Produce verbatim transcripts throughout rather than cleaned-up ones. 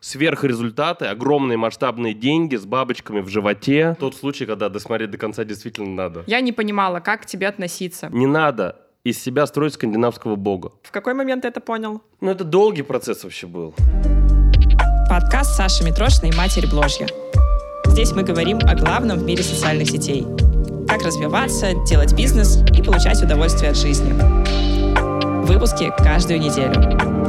сверхрезультаты, огромные масштабные деньги с бабочками в животе. Тот случай, когда досмотреть до конца действительно надо. Я не понимала, как к тебе относиться. Не надо из себя строить скандинавского бога. В какой момент ты это понял? Ну, это долгий процесс вообще был. Подкаст Саши Митрошиной «Матерь Бложья». Здесь мы говорим о главном в мире социальных сетей. Как развиваться, делать бизнес и получать удовольствие от жизни. Выпуски каждую неделю.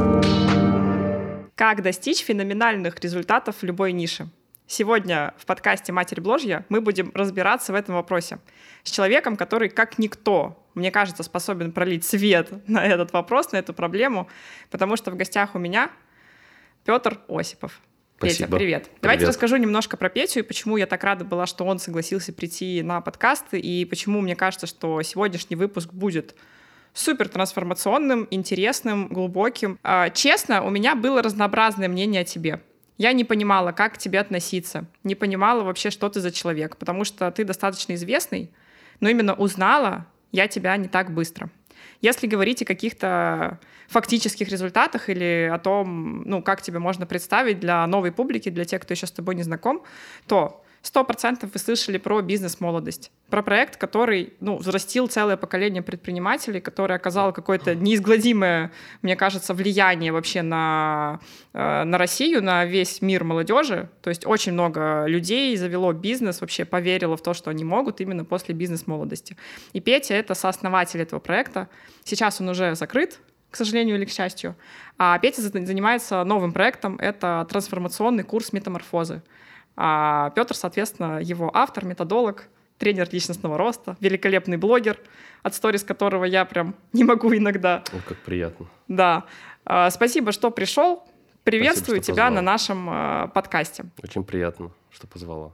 Как достичь феноменальных результатов в любой нише? Сегодня в подкасте «Матерь Бложья» мы будем разбираться в этом вопросе с человеком, который, как никто, мне кажется, способен пролить свет на этот вопрос, на эту проблему, потому что в гостях у меня Петр Осипов. Спасибо. Петя, привет. Привет. Давайте расскажу немножко про Петю и почему я так рада была, что он согласился прийти на подкасты, и почему мне кажется, что сегодняшний выпуск будет супер трансформационным, интересным, глубоким. А, честно, у меня было разнообразное мнение о тебе. Я не понимала, как к тебе относиться, не понимала вообще, что ты за человек, потому что ты достаточно известный, но именно узнала я тебя не так быстро. Если говорить о каких-то фактических результатах или о том, ну, как тебе можно представить для новой публики, для тех, кто еще с тобой не знаком, то сто процентов вы слышали про бизнес-молодость, про проект, который, ну, взрастил целое поколение предпринимателей, который оказал какое-то неизгладимое, мне кажется, влияние вообще на, э, на Россию, на весь мир молодежи. То есть очень много людей завело бизнес, вообще поверило в то, что они могут именно после бизнес-молодости. И Петя — это сооснователь этого проекта. Сейчас он уже закрыт, к сожалению или к счастью. А Петя занимается новым проектом, это трансформационный курс метаморфозы. А Петр, соответственно, его автор, методолог, тренер личностного роста, великолепный блогер, от сторис которого я прям не могу иногда. О, как приятно. Да. А, спасибо, что пришел. Приветствую Спасибо, что тебя позвала. на нашем а, подкасте. Очень приятно, что позвала.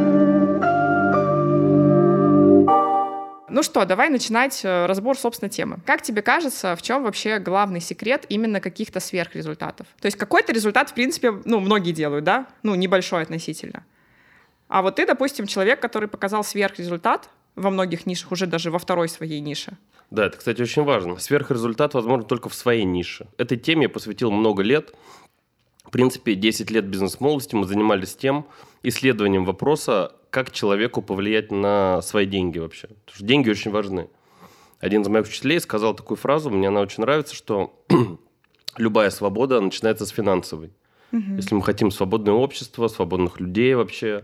Ну что, давай начинать разбор, собственно, темы. Как тебе кажется, в чем вообще главный секрет именно каких-то сверхрезультатов? То есть какой-то результат, в принципе, ну, многие делают, да? Ну, небольшой относительно. А вот ты, допустим, человек, который показал сверхрезультат во многих нишах, уже даже во второй своей нише. Да, это, кстати, очень важно. Сверхрезультат возможен только в своей нише. Этой теме я посвятил много лет. В принципе, десять лет бизнес-молодости мы занимались тем, исследованием вопроса, как человеку повлиять на свои деньги вообще. Потому что деньги очень важны. Один из моих учителей сказал такую фразу, мне она очень нравится, что любая свобода начинается с финансовой. Mm-hmm. Если мы хотим свободное общество, свободных людей вообще,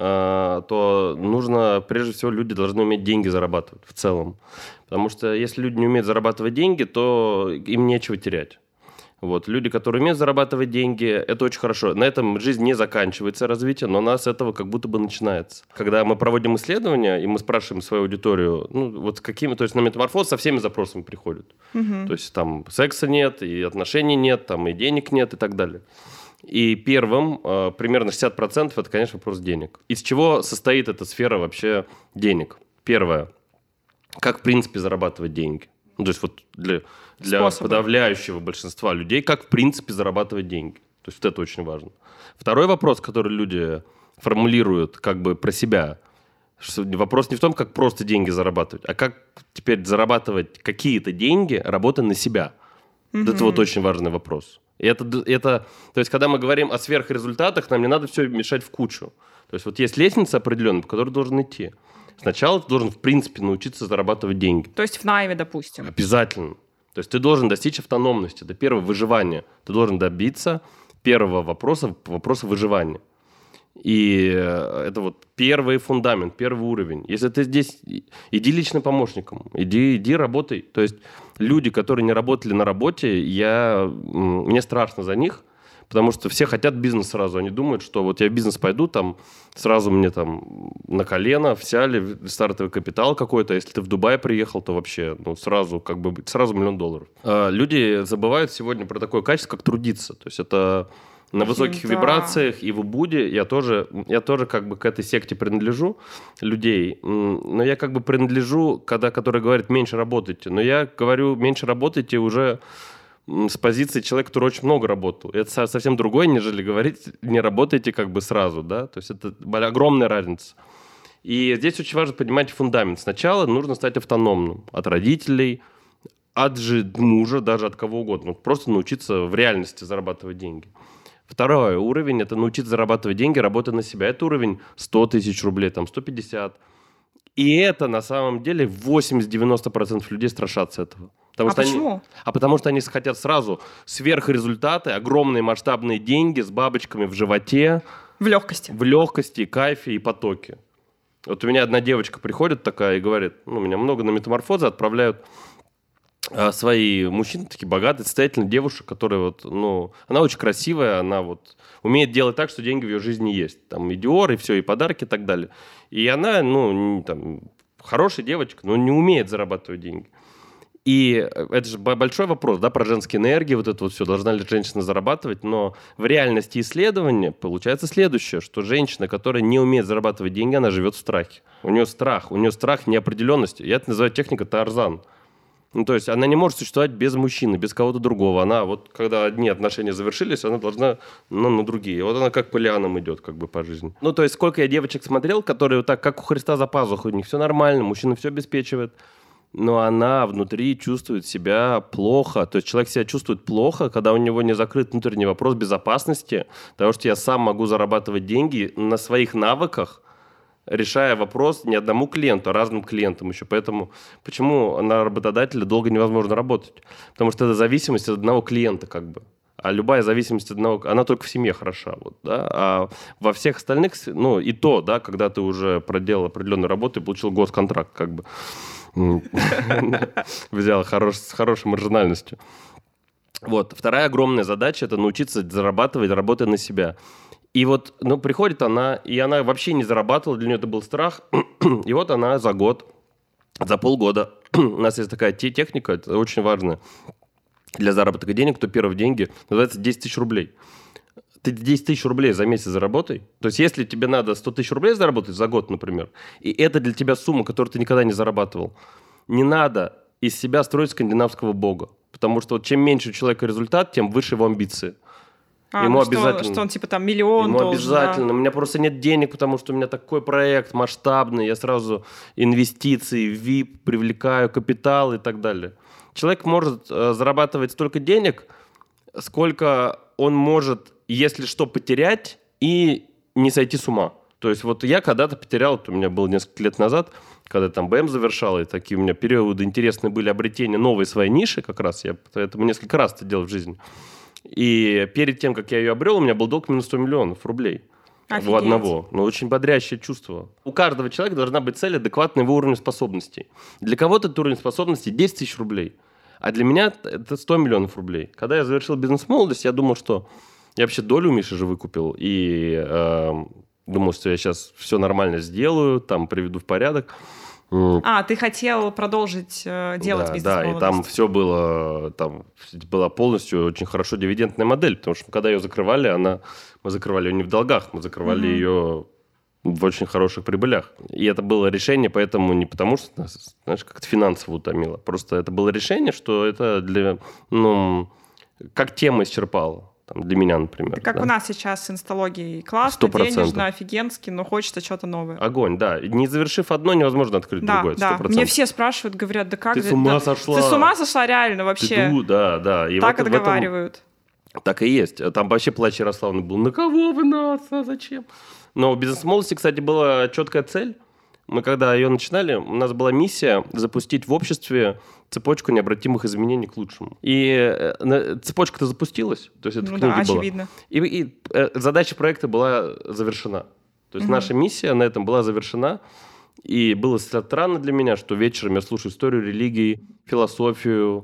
то нужно, прежде всего, люди должны уметь деньги зарабатывать в целом. Потому что если люди не умеют зарабатывать деньги, то им нечего терять. Вот. Люди, которые умеют зарабатывать деньги, это очень хорошо. На этом жизнь не заканчивается, развитие, но у нас с этого как будто бы начинается. Когда мы проводим исследования, и мы спрашиваем свою аудиторию, ну, вот с какими, то есть на метаморфоз со всеми запросами приходят. Угу. То есть там секса нет, и отношений нет, там и денег нет, и так далее. И первым, э, примерно шестьдесят процентов, это, конечно, вопрос денег. Из чего состоит эта сфера вообще денег? Первое. Как, в принципе, зарабатывать деньги? Ну, то есть вот для, для подавляющего большинства людей, как, в принципе, зарабатывать деньги. То есть вот это очень важно. Второй вопрос, который люди формулируют как бы про себя, что вопрос не в том, как просто деньги зарабатывать, а как теперь зарабатывать какие-то деньги, работая на себя. Mm-hmm. Вот это вот очень важный вопрос. И это, это, то есть когда мы говорим о сверхрезультатах, нам не надо все мешать в кучу. То есть вот есть лестница определенная, по которой должен идти. Сначала ты должен, в принципе, научиться зарабатывать деньги. То есть в найме, допустим. Обязательно. То есть ты должен достичь автономности. Это первое выживание. Ты должен добиться первого вопроса, вопроса выживания. И это вот первый фундамент, первый уровень. Если ты здесь, иди личным помощником, иди, иди работай. То есть люди, которые не работали на работе, я, мне страшно за них, потому что все хотят бизнес сразу. Они думают, что вот я в бизнес пойду, там сразу мне там на колено взяли стартовый капитал какой-то. Если ты в Дубай приехал, то вообще ну, сразу как бы сразу миллион долларов. А люди забывают сегодня про такое качество, как трудиться. То есть это на высоких да. вибрациях и в Убуде. Я тоже, я тоже как бы к этой секте принадлежу людей. Но я как бы принадлежу, когда, который говорит, меньше работайте. Но я говорю, меньше работайте уже с позиции человека, который очень много работал. Это совсем другое, нежели говорить, не работайте как бы сразу, да, то есть это огромная разница. И здесь очень важно понимать фундамент. Сначала нужно стать автономным от родителей, от же мужа, даже от кого угодно. Просто научиться в реальности зарабатывать деньги. Второй уровень – это научиться зарабатывать деньги, работая на себя. Это уровень сто тысяч рублей, там, сто пятьдесят. И это на самом деле восемьдесят-девяносто процентов людей страшатся этого. Потому а что почему? Они, а потому что они хотят сразу сверхрезультаты, огромные масштабные деньги с бабочками в животе. В легкости. В легкости, кайфе и потоке. Вот у меня одна девочка приходит такая и говорит, ну, меня много на метаморфозы отправляют а, свои мужчины, такие богатые, состоятельные девушек, которые вот, ну, она очень красивая, она вот умеет делать так, что деньги в ее жизни есть. Там и Диор, и все, и подарки, и так далее. И она, ну, не, там, хорошая девочка, но не умеет зарабатывать деньги. И это же большой вопрос, да, про женские энергии, вот это вот все, должна ли женщина зарабатывать, но в реальности исследования получается следующее, что женщина, которая не умеет зарабатывать деньги, она живет в страхе. У нее страх, у нее страх неопределенности. Я это называю техника Тарзан. Ну, то есть она не может существовать без мужчины, без кого-то другого. Она вот, когда одни отношения завершились, она должна, ну, на другие. Вот она как по лианам идет, как бы, по жизни. Ну, то есть сколько я девочек смотрел, которые вот так, как у Христа за пазухой, у них все нормально, мужчина все обеспечивает. Но она внутри чувствует себя плохо. То есть человек себя чувствует плохо, когда у него не закрыт внутренний вопрос безопасности, потому что я сам могу зарабатывать деньги на своих навыках, решая вопрос не одному клиенту, а разным клиентам еще. Поэтому почему на работодателя долго невозможно работать? Потому что это зависимость от одного клиента как бы. А любая зависимость от одного, она только в семье хороша. Вот, да? А во всех остальных, ну и то, да, когда ты уже проделал определенную работу и получил госконтракт как бы. Взял хорош, с хорошей маржинальностью. Вот. Вторая огромная задача – это научиться зарабатывать, работая на себя. И вот, ну, приходит она, и она вообще не зарабатывала, для нее это был страх. И вот она за год, за полгода, у нас есть такая техника, это очень важно для заработка денег, кто первый в деньги, называется десять тысяч рублей. Ты десять тысяч рублей за месяц заработай. То есть, если тебе надо сто тысяч рублей заработать за год, например, и это для тебя сумма, которую ты никогда не зарабатывал, не надо из себя строить скандинавского бога. Потому что вот чем меньше у человека результат, тем выше его амбиции. А, ему ну обязательно, что, что он типа там миллион ему должен, обязательно. Да? У меня просто нет денег, потому что у меня такой проект масштабный. Я сразу инвестиции, ви ай пи привлекаю, капитал и так далее. Человек может э, зарабатывать столько денег, сколько он может, если что, потерять и не сойти с ума. То есть вот я когда-то потерял, это у меня было несколько лет назад, когда там БМ завершал, и такие у меня периоды интересные были обретения новой своей ниши как раз. Я поэтому несколько раз это делал в жизни. И перед тем, как я ее обрел, у меня был долг минус сто миллионов рублей. Офигеть. У одного. Но очень бодрящее чувство. У каждого человека должна быть цель, адекватная его уровню способностей. Для кого-то этот уровень способностей десять тысяч рублей. А для меня это сто миллионов рублей. Когда я завершил бизнес-молодость, я думал, что я вообще долю у Миши же выкупил. И э, думал, что я сейчас все нормально сделаю, там приведу в порядок. А, ты хотел продолжить э, делать да, бизнес-молодость. Да, и там все было, там была полностью очень хорошо дивидендная модель, потому что когда ее закрывали, она, мы закрывали ее не в долгах, мы закрывали mm-hmm. ее в очень хороших прибылях. И это было решение, поэтому не потому, что нас, знаешь, как-то финансово утомило, просто это было решение, что это для, ну, как тема исчерпала. Там, для меня, например. Это как да? у нас сейчас с инсталогией. Классно, сто процентов. денежно, офигенски, но хочется что-то новое. Огонь, да. Не завершив одно, невозможно открыть да, другое. Да, сто процентов. мне все спрашивают, говорят, да как... Ты да, с ума да, сошла. Ты с ума сошла реально вообще. Ты, да, да. И так вот и договаривают. Этом... Так и есть. Там вообще плач Ярославны был. На кого вы нас? А зачем? Но у бизнес-молодости, кстати, была четкая цель. Мы когда ее начинали, у нас была миссия запустить в обществе цепочку необратимых изменений к лучшему. И цепочка-то запустилась. То есть это ну в книге да, было. очевидно. И, и задача проекта была завершена. То есть угу. наша миссия на этом была завершена. И было странно для меня, что вечером я слушаю историю религии, философию,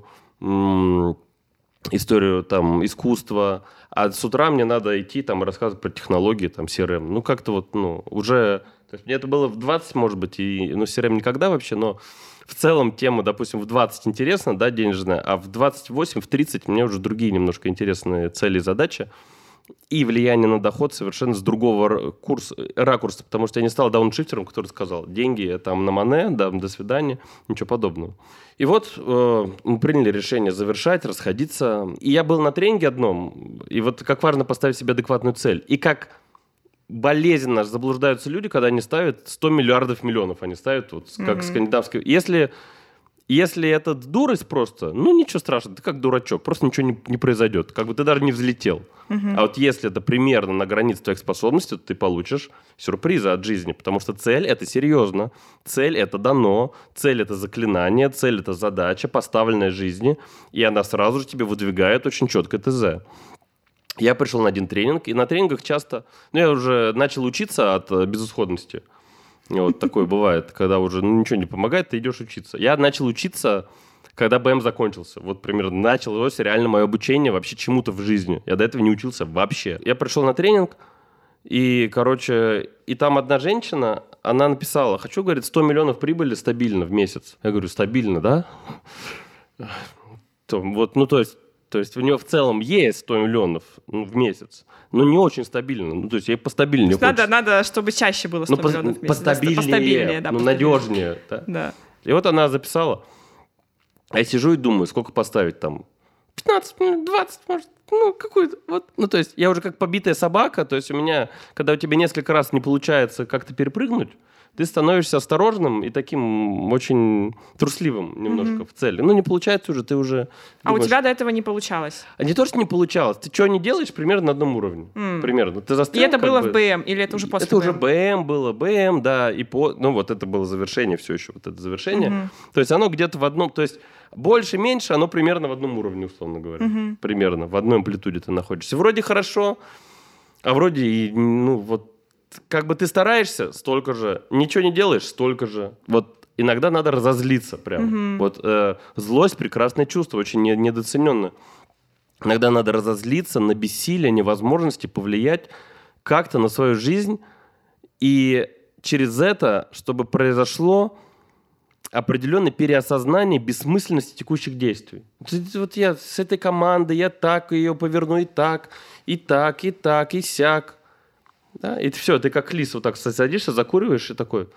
м- историю там, искусства, а с утра мне надо идти там, рассказывать про технологии, там, си эр эм. Ну, как-то вот, ну, уже... То есть мне это было в двадцать, может быть, и, ну, си эр эм никогда вообще, но в целом тема, допустим, в двадцать интересна, да, денежная, а в двадцать восемь, в тридцать мне уже другие немножко интересные цели и задачи. И влияние на доход совершенно с другого курса, ракурса, потому что я не стал дауншифтером, который сказал, деньги там на мане, да, до свидания, ничего подобного. И вот э, мы приняли решение завершать, расходиться. И я был на тренинге одном, и вот как важно поставить себе адекватную цель. И как болезненно заблуждаются люди, когда они ставят сто миллиардов миллионов, они ставят вот, как mm-hmm. скандинавские. Если Если это дурость просто, ну, ничего страшного, ты как дурачок, просто ничего не, не произойдет. Как бы ты даже не взлетел. Uh-huh. А вот если это примерно на границе твоих способностей, то ты получишь сюрпризы от жизни, потому что цель — это серьезно. Цель — это дано, цель — это заклинание, цель — это задача, поставленная жизни, и она сразу же тебе выдвигает очень четко ТЗ. Я пришел на один тренинг, и на тренингах часто... Ну, я уже начал учиться от безысходности. Вот такое бывает, когда уже ну, ничего не помогает, ты идешь учиться. Я начал учиться, когда БМ закончился. Вот примерно началось реально мое обучение вообще чему-то в жизни. Я до этого не учился вообще. Я пришел на тренинг, и, короче, и там одна женщина, она написала, хочу, говорит, сто миллионов прибыли стабильно в месяц. Я говорю, стабильно, да? То, вот, ну, то есть, то есть у нее в целом есть сто миллионов ну, в месяц, но не очень стабильно. Ну, то есть ей постабильнее хочется. Надо, надо, чтобы чаще было сто ну, миллионов в месяц. Постабильнее, постабильнее да, ну, надежнее. Да? Да. И вот она записала. А я сижу и думаю, сколько поставить там? пятнадцать минут, двадцать, может, ну, какую-то, вот. Ну, то есть я уже как побитая собака, то есть у меня, когда у тебя несколько раз не получается как-то перепрыгнуть, ты становишься осторожным и таким очень трусливым немножко mm-hmm. в цели. Ну, не получается уже, ты уже... А думаешь, у тебя до этого не получалось? А не то, что не получалось. Ты что не делаешь, примерно на одном уровне. Mm. Примерно. Ты застрял, и это было бы... в БМ, или это уже после это БМ? Это уже БМ было, БМ, да, и по... Ну, вот это было завершение все еще, вот это завершение. Mm-hmm. То есть оно где-то в одном... То есть больше-меньше, оно примерно в одном уровне, условно говоря. Mm-hmm. Примерно, в одной амплитуде ты находишься. Вроде хорошо, а вроде и, ну, вот как бы ты стараешься, столько же. Ничего не делаешь, столько же. Вот иногда надо разозлиться прям. Mm-hmm. Вот э, злость — прекрасное чувство, очень не, недооцененное. Иногда надо разозлиться на бессилие, невозможности повлиять как-то на свою жизнь. И через это, чтобы произошло определенное переосознание бессмысленности текущих действий. Вот я с этой командой, я так ее поверну и так, и так, и так, и сяк. Да? И все, ты как лис вот так садишься, закуриваешь и такой,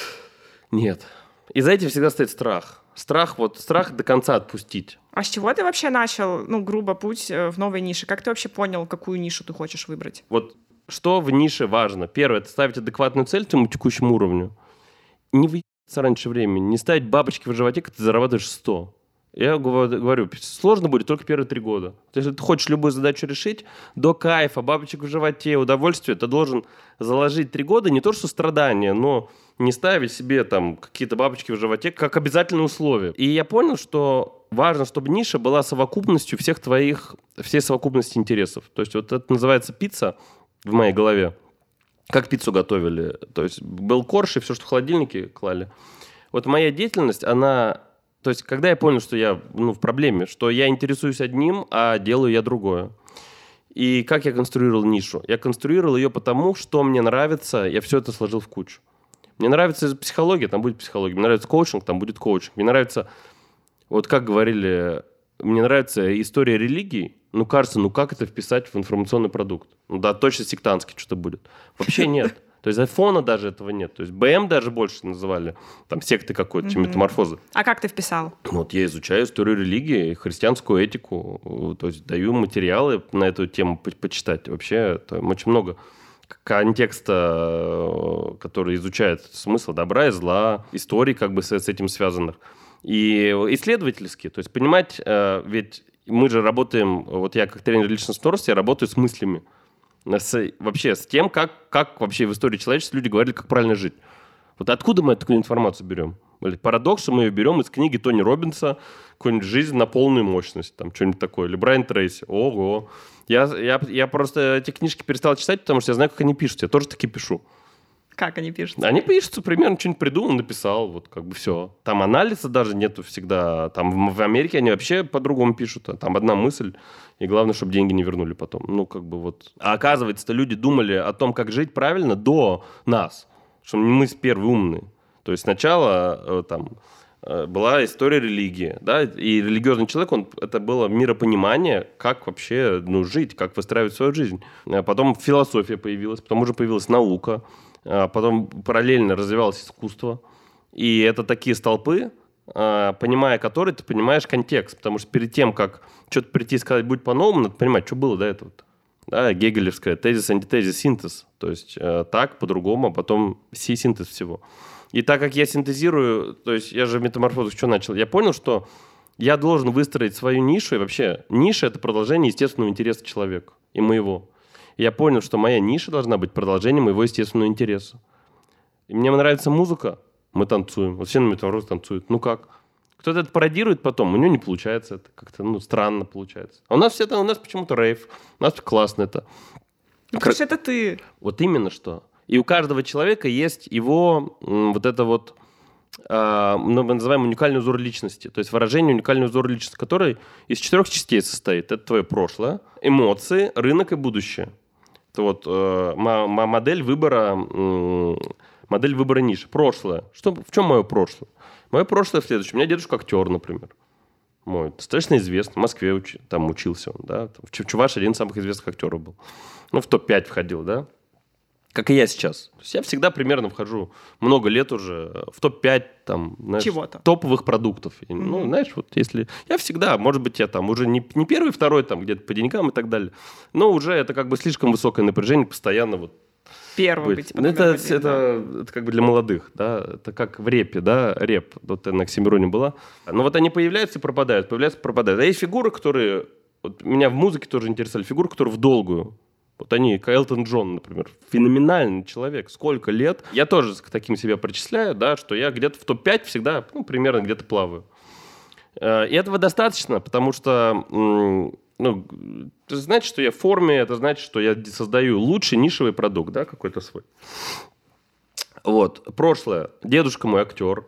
нет. И за этим всегда стоит страх. Страх, вот, страх до конца отпустить. А с чего ты вообще начал, ну, грубо, путь в новой нише? Как ты вообще понял, какую нишу ты хочешь выбрать? Вот что в нише важно? Первое, это ставить адекватную цель твоему текущему уровню. Не выебаться раньше времени, не ставить бабочки в животе, когда ты зарабатываешь сто. Я говорю, сложно будет только первые три года. Если ты хочешь любую задачу решить, до кайфа, бабочек в животе, удовольствия, ты должен заложить три года не то что страдания, но не ставить себе там какие-то бабочки в животе как обязательное условие. И я понял, что важно, чтобы ниша была совокупностью всех твоих, всей совокупности интересов. То есть вот это называется пицца в моей голове. Как пиццу готовили. То есть был корж и все, что в холодильнике клали. Вот моя деятельность, она... То есть, когда я понял, что я ну, в проблеме, что я интересуюсь одним, а делаю я другое. И как я конструировал нишу? Я конструировал ее потому, что мне нравится, я все это сложил в кучу. Мне нравится психология, там будет психология. Мне нравится коучинг, там будет коучинг. Мне нравится, вот как говорили, мне нравится история религии. Ну, кажется, ну как это вписать в информационный продукт? Ну да, точно сектантский что-то будет. Вообще нет. То есть айфона даже этого нет. То есть БМ даже больше называли. Там секты какой-то, чем метаморфозы. А как ты вписал? Ну, вот я изучаю историю религии, христианскую этику. То есть даю материалы на эту тему по- почитать. Вообще там очень много контекста, который изучает смысл добра и зла, историй как бы с, с этим связанных. И исследовательские. То есть понимать, ведь мы же работаем, вот я как тренер личностного роста, я работаю с мыслями. С, вообще с тем, как, как вообще в истории человечества люди говорили, как правильно жить. Вот откуда мы эту информацию берем? Парадокс, что мы ее берем из книги Тони Роббинса, какую-нибудь «Жизнь на полную мощность», там что-нибудь такое, или Брайан Трейси. Ого! Я, я, я просто эти книжки перестал читать, потому что я знаю, как они пишутся. Я тоже таки пишу. Как они пишутся? Они пишутся примерно, что-нибудь придумал, написал, вот как бы все. Там анализа даже нету всегда. Там в, в Америке они вообще по-другому пишут. Там одна мысль, и главное, чтобы деньги не вернули потом. Ну, как бы вот. А оказывается-то люди думали о том, как жить правильно до нас. Что мы первые умные. То есть сначала там была история религии, да, и религиозный человек, он, это было миропонимание, как вообще ну, жить, как выстраивать свою жизнь. А потом философия появилась, потом уже появилась наука, а потом параллельно развивалось искусство. И это такие столпы, понимая которые, ты понимаешь контекст, потому что перед тем, как что-то прийти и сказать «будь по-новому», надо понимать, что было до этого-то. Да, гегелевская тезис, антитезис, синтез. То есть так, по-другому, а потом синтез всего. И так как я синтезирую, то есть я же в метаморфозах что начал? Я понял, что я должен выстроить свою нишу, и вообще ниша — это продолжение естественного интереса человека и моего. И я понял, что моя ниша должна быть продолжением моего естественного интереса. И мне нравится музыка, мы танцуем. Вот все на метаморфозах танцуют. Ну как? Кто-то это пародирует потом, у него не получается это. Как-то ну, странно получается. А у нас все это, у нас почему-то рейв. У нас классно это. Ну, потому что это ты. Вот именно что. И у каждого человека есть его м, вот это вот, э, ну, мы называем уникальный узор личности. То есть выражение уникальный узор личности, который из четырех частей состоит. Это твое прошлое, эмоции, рынок и будущее. Это вот э, м- м- модель выбора, м- модель выбора ниши. Прошлое. Что, в чем мое прошлое? Мое прошлое в следующем. У меня дедушка актер, например. Мой, достаточно известный. В Москве уч, там учился он, да. В Чуваш один из самых известных актеров был. Ну, в топ пять входил, да. Как и я сейчас. То есть я всегда примерно вхожу много лет уже в топ пять там, знаешь, чего-то. Топовых продуктов. Mm-hmm. Ну, знаешь, вот если... Я всегда, может быть, я там уже не, не первый, второй, там где-то по деньгам и так далее, но уже это как бы слишком высокое напряжение постоянно вот первым быть. Ну, это, это, это, это как бы для молодых, да, это как в репе, да, реп, вот на Оксимироне была. Но вот они появляются и пропадают, появляются и пропадают. А есть фигуры, которые... Вот меня в музыке тоже интересовали фигуры, которые в долгую. Вот они, Элтон Джон, например, феноменальный человек, сколько лет. Я тоже к таким себя причисляю, да, что я где-то в топ пять всегда, ну, примерно где-то плаваю. И этого достаточно, потому что, ну, это значит, что я в форме, это значит, что я создаю лучший нишевый продукт, да, какой-то свой. Вот, прошлое. Дедушка мой актер.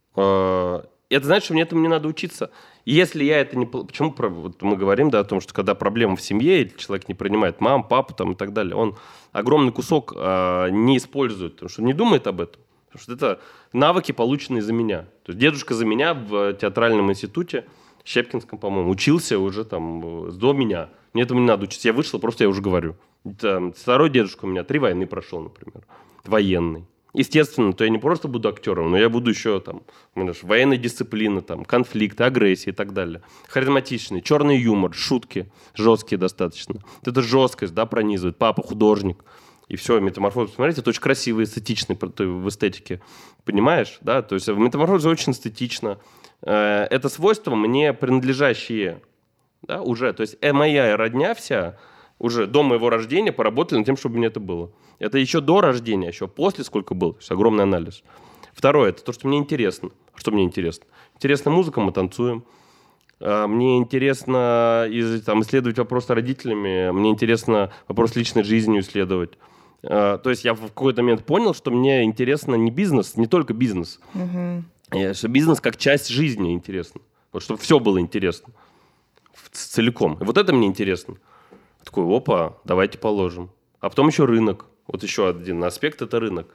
Это значит, что мне этому не надо учиться. Если я это не... Почему вот мы говорим, да, о том, что когда проблема в семье, или человек не принимает маму, папу там, и так далее, он огромный кусок а, не использует, потому что не думает об этом. Потому что это навыки, полученные за меня. То есть дедушка за меня в театральном институте, Щепкинском, по-моему, учился уже там до меня. Мне этому не надо учиться. Я вышел, просто я уже говорю. Там, второй дедушка у меня три войны прошел, например. Военный. Естественно, то я не просто буду актером, но я буду еще там, знаешь, военной дисциплины, там, конфликты, агрессии и так далее. Харизматичный, черный юмор, шутки жесткие достаточно. Вот эта жесткость, да, пронизывает. Папа художник. И все, метаморфоз, посмотрите, это очень красиво и эстетично в эстетике. Понимаешь, да? То есть в метаморфозе очень эстетично. Это свойства мне принадлежащие, да, уже. То есть моя родня вся уже до моего рождения поработали над тем, чтобы мне это было. Это еще до рождения, еще после сколько было. То есть огромный анализ. Второе, это то, что мне интересно. Что мне интересно? Интересна музыка, мы танцуем. Мне интересно там, исследовать вопрос с родителями. Мне интересно вопрос личной жизни исследовать. То есть я в какой-то момент понял, что мне интересно не бизнес, не только бизнес. Угу. Что бизнес как часть жизни интересно. Вот, чтобы все было интересно. Целиком. И вот это мне интересно. Такой, опа, давайте положим. А потом еще рынок. Вот еще один аспект – это рынок.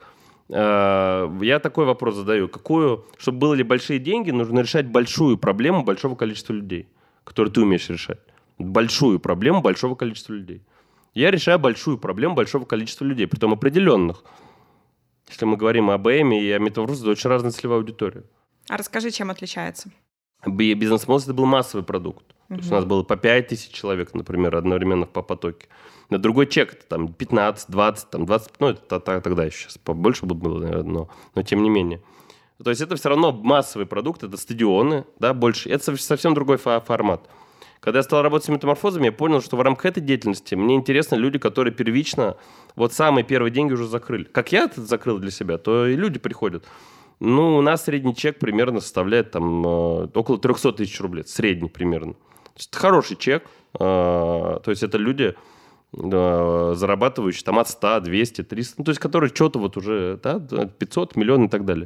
Я такой вопрос задаю. Какую, чтобы были большие деньги, нужно решать большую проблему большого количества людей, которую ты умеешь решать. Большую проблему большого количества людей. Я решаю большую проблему большого количества людей, притом определенных. Если мы говорим об ЭМе и о метаморфозе, это очень разная целевая аудитория. А расскажи, чем отличается? Бизнес-молодость – это был массовый продукт. Uh-huh. То есть у нас было по пять тысяч человек, например, одновременно по потоке. На другой чек это там пятнадцать, двадцать, там двадцать, ну это тогда еще сейчас побольше было, наверное, но, но тем не менее. То есть это все равно массовый продукт, это стадионы, да, больше. Это совсем другой формат. Когда я стал работать с метаморфозами, я понял, что в рамках этой деятельности мне интересны люди, которые первично вот самые первые деньги уже закрыли. Как я это закрыл для себя, то и люди приходят. Ну, у нас средний чек примерно составляет там около триста тысяч рублей. Средний примерно. То есть это хороший чек. То есть это люди, зарабатывающие там от ста, двухсот, трехсот, ну, то есть которые что-то вот уже, да, пятьсот, миллион и так далее.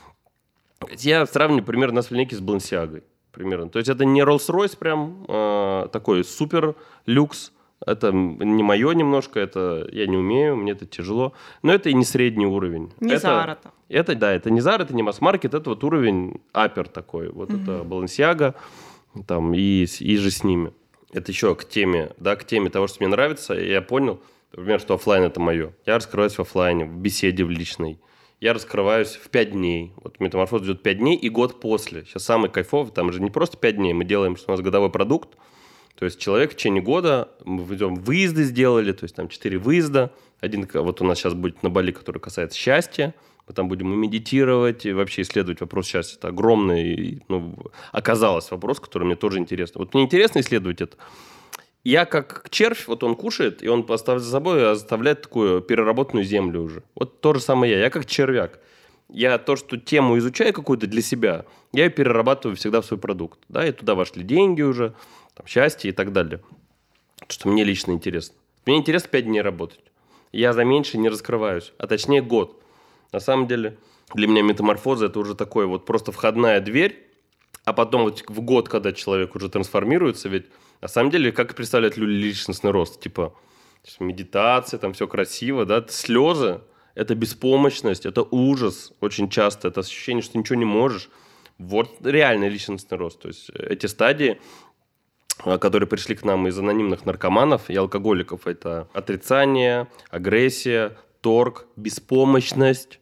Я сравниваю примерно нас в линейке с Balenciaga. Примерно. То есть это не Rolls-Royce прям, а, такой супер люкс. Это не мое немножко, это я не умею, мне это тяжело. Но это и не средний уровень. Не Zara-то. Это, да, это не Zara, это не масс-маркет, это вот уровень апер такой. Вот угу. Это Balenciaga там, и, и же с ними. Это еще к теме, да, к теме того, что мне нравится. Я понял, например, что офлайн это мое. Я раскрываюсь в офлайне, в беседе, в личной. Я раскрываюсь в пять дней. Вот метаморфоз идет пять дней и год после. Сейчас самый кайфовый, там же не просто пять дней, мы делаем, что у нас годовой продукт. То есть человек в течение года, мы ведем выезды сделали, то есть там четыре выезда, Один вот у нас сейчас будет на Бали, который касается счастья. Мы там будем и медитировать, и вообще исследовать вопрос счастья. Это огромный, ну, оказалось вопрос, который мне тоже интересно. Вот мне интересно исследовать это. Я как червь, вот он кушает, и он поставит за собой, оставляет такую переработанную землю уже. Вот то же самое я. Я как червяк. Я то, что тему изучаю какую-то для себя, я ее перерабатываю всегда в свой продукт. Да, и туда вошли деньги уже, там, счастье и так далее. Что мне лично интересно. Мне интересно пять дней работать. Я за меньше не раскрываюсь, а точнее год. На самом деле для меня метаморфоза это уже такой вот просто входная дверь, а потом вот в год, когда человек уже трансформируется, ведь на самом деле, как представляют люди личностный рост? Типа медитация, там все красиво, да, слезы. Это беспомощность, это ужас очень часто, это ощущение, что ничего не можешь. Вот реальный личностный рост. То есть эти стадии, которые пришли к нам из анонимных наркоманов и алкоголиков, это отрицание, агрессия, торг, беспомощность,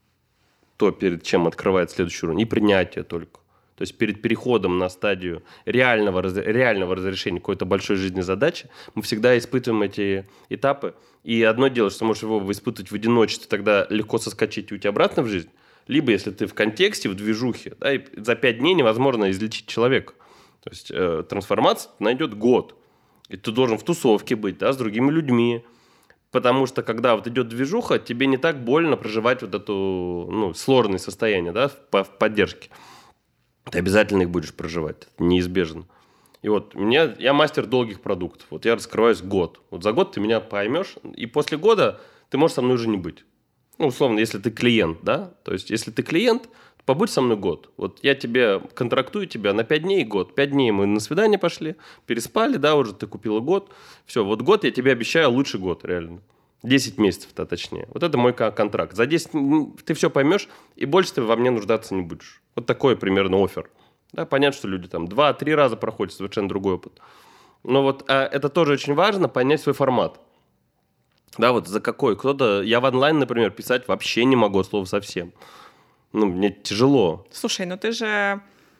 то, перед чем открывает следующий уровень, и принятие только. То есть перед переходом на стадию реального, реального разрешения какой-то большой жизненной задачи мы всегда испытываем эти этапы. И одно дело, что можешь его испытывать в одиночестве, тогда легко соскочить и уйти обратно в жизнь. Либо если ты в контексте, в движухе, да, и за пять дней невозможно излечить человека. То есть э, трансформация найдет год. И ты должен в тусовке быть, да, с другими людьми. Потому что когда вот идет движуха, тебе не так больно проживать вот эту, ну, сложное состояние, да, в, в поддержке. Ты обязательно их будешь проживать, это неизбежно. И вот мне, я мастер долгих продуктов. Вот я раскрываюсь год. Вот за год ты меня поймешь, и после года ты можешь со мной уже не быть. Ну, условно, если ты клиент, да? То есть, если ты клиент, побудь со мной год. Вот я тебе контрактую тебя на пять дней и год. пять дней мы на свидание пошли, переспали, да, уже ты купила год. Все, вот год я тебе обещаю лучший год, реально. десять месяцев-то точнее. Вот это мой контракт. За десять ты все поймешь, и больше ты во мне нуждаться не будешь. Вот такой примерно оффер. Да, понятно, что люди там два-три раза проходят совершенно другой опыт. Но вот а, это тоже очень важно, понять свой формат. Да, вот за какой. Кто-то... Я в онлайн, например, писать вообще не могу, слова совсем. Ну, мне тяжело. Слушай, ну ты же...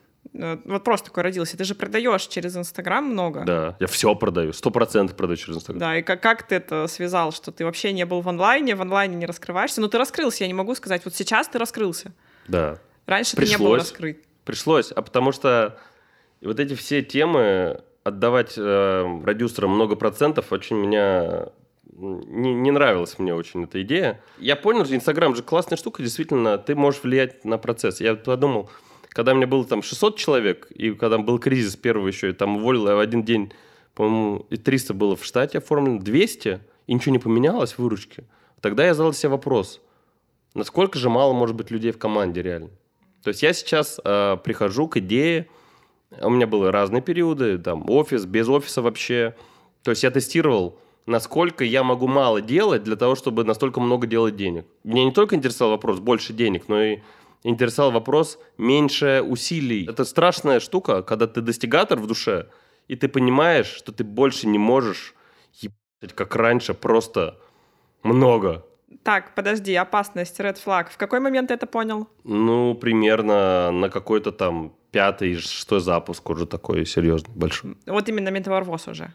Вот просто такой родился. Ты же продаешь через Инстаграм много. Да, я все продаю. Сто процентов продаю через Инстаграм. Да, и как, как ты это связал, что ты вообще не был в онлайне, в онлайне не раскрываешься? Ну, ты раскрылся, я не могу сказать. Вот сейчас ты раскрылся. Да. Раньше Пришлось. ты не был раскрыт. Пришлось, а потому что вот эти все темы, отдавать э, продюсерам много процентов, очень меня... Не, не нравилась мне очень эта идея. Я понял, что Инстаграм же классная штука, действительно, ты можешь влиять на процесс. Я подумал, когда у меня было там шестьсот человек, и когда был кризис первый еще, и там уволил, я в один день, по-моему, и триста было в штате оформлено, двести, и ничего не поменялось в выручке. Тогда я задал себе вопрос, насколько же мало может быть людей в команде реально. То есть я сейчас э, прихожу к идее, у меня были разные периоды, там офис, без офиса вообще. То есть я тестировал, насколько я могу мало делать для того, чтобы настолько много делать денег. Меня не только интересовал вопрос больше денег, но и интересовал вопрос меньше усилий. Это страшная штука, когда ты достигатор в душе, и ты понимаешь, что ты больше не можешь ебать, как раньше, просто много. Так, подожди, опасность, red flag. В какой момент ты это понял? Ну, примерно на какой-то там пятый, шестой запуск уже такой серьезный, большой. Вот именно метаморфоз уже.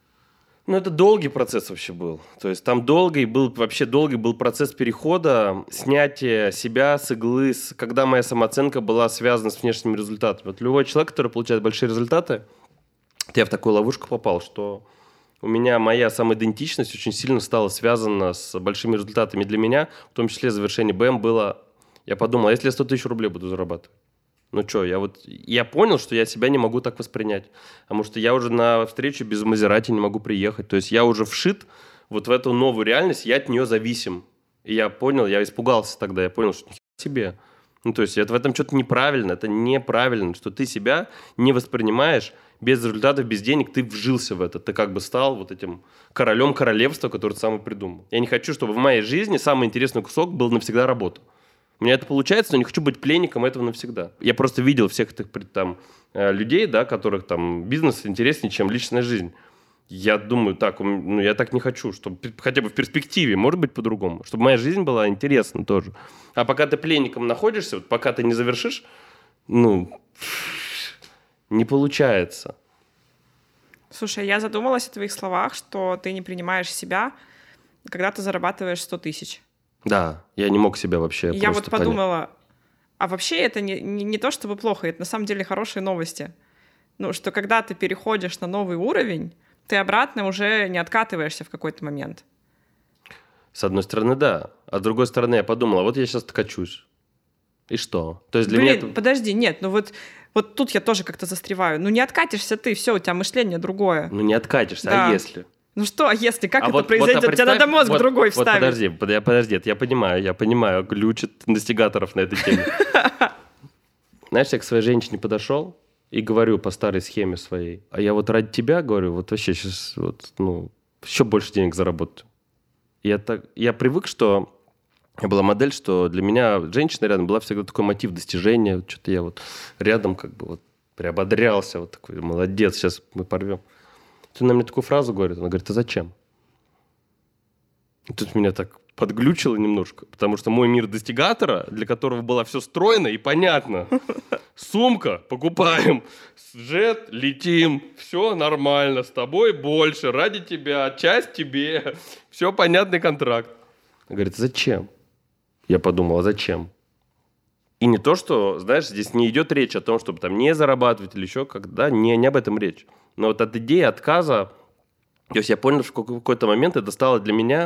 Ну, это долгий процесс вообще был. То есть там долгий был, вообще долгий был процесс перехода, снятия себя с иглы, с, когда моя самооценка была связана с внешними результатами. Вот любой человек, который получает большие результаты, я в такую ловушку попал, что у меня моя самоидентичность очень сильно стала связана с большими результатами для меня, в том числе завершение БМ было... Я подумал, а если я сто тысяч рублей буду зарабатывать? Ну что, я вот... Я понял, что я себя не могу так воспринять, потому что я уже на встречу без Мазерати не могу приехать. То есть я уже вшит вот в эту новую реальность, я от нее зависим. И я понял, я испугался тогда, я понял, что нихера себе. Ну то есть это, в этом что-то неправильно, это неправильно, что ты себя не воспринимаешь без результатов, без денег, ты вжился в это. Ты как бы стал вот этим королем королевства, который ты сам и придумал. Я не хочу, чтобы в моей жизни самый интересный кусок был навсегда работа. У меня это получается, но не хочу быть пленником этого навсегда. Я просто видел всех этих там, людей, да, которых там бизнес интереснее, чем личная жизнь. Я думаю, так, ну, я так не хочу, чтобы хотя бы в перспективе, может быть, по-другому, чтобы моя жизнь была интересна тоже. А пока ты пленником находишься, вот пока ты не завершишь, ну, не получается. Слушай, я задумалась о твоих словах, что ты не принимаешь себя. когда ты зарабатываешь сто тысяч. Да, я не мог себя вообще Я просто вот подумала, понять. А вообще это не, не, не то чтобы плохо, это на самом деле хорошие новости. Ну, что когда ты переходишь на новый уровень, ты обратно уже не откатываешься в какой-то момент. С одной стороны, да. А с другой стороны, я подумала, вот я сейчас качусь. И что? То есть для Блин, меня это... подожди, нет, ну вот, вот тут я тоже как-то застреваю. Ну не откатишься ты, все, у тебя мышление другое. Ну не откатишься, да. А если? Ну что, а если? Как а это вот, произойдет? Вот, а Тебе надо мозг вот, другой вот вставить. Подожди, подожди, подожди, я понимаю, я понимаю, ключ от инвестигаторов на этой теме. Знаешь, я к своей женщине подошел и говорю по старой схеме своей, а я вот ради тебя, говорю, вот вообще сейчас вот, ну, еще больше денег заработаю. Я, так, я привык, что была модель, что для меня женщина рядом была всегда такой мотив достижения, что-то я вот рядом как бы вот приободрялся, вот такой, молодец, сейчас мы порвем. Она мне такую фразу говорит, она говорит, а зачем? И тут меня так подглючило немножко, потому что мой мир достигатора, для которого было все стройно и понятно. Сумка, покупаем, джет, летим, все нормально, с тобой больше, ради тебя, часть тебе, все понятный контракт. Она говорит, зачем? Я подумал, а зачем? И не то, что, знаешь, здесь не идет речь о том, чтобы там не зарабатывать или еще когда, не, не об этом речь. Но вот от идеи отказа, то есть я понял, что в какой-то момент это стало для меня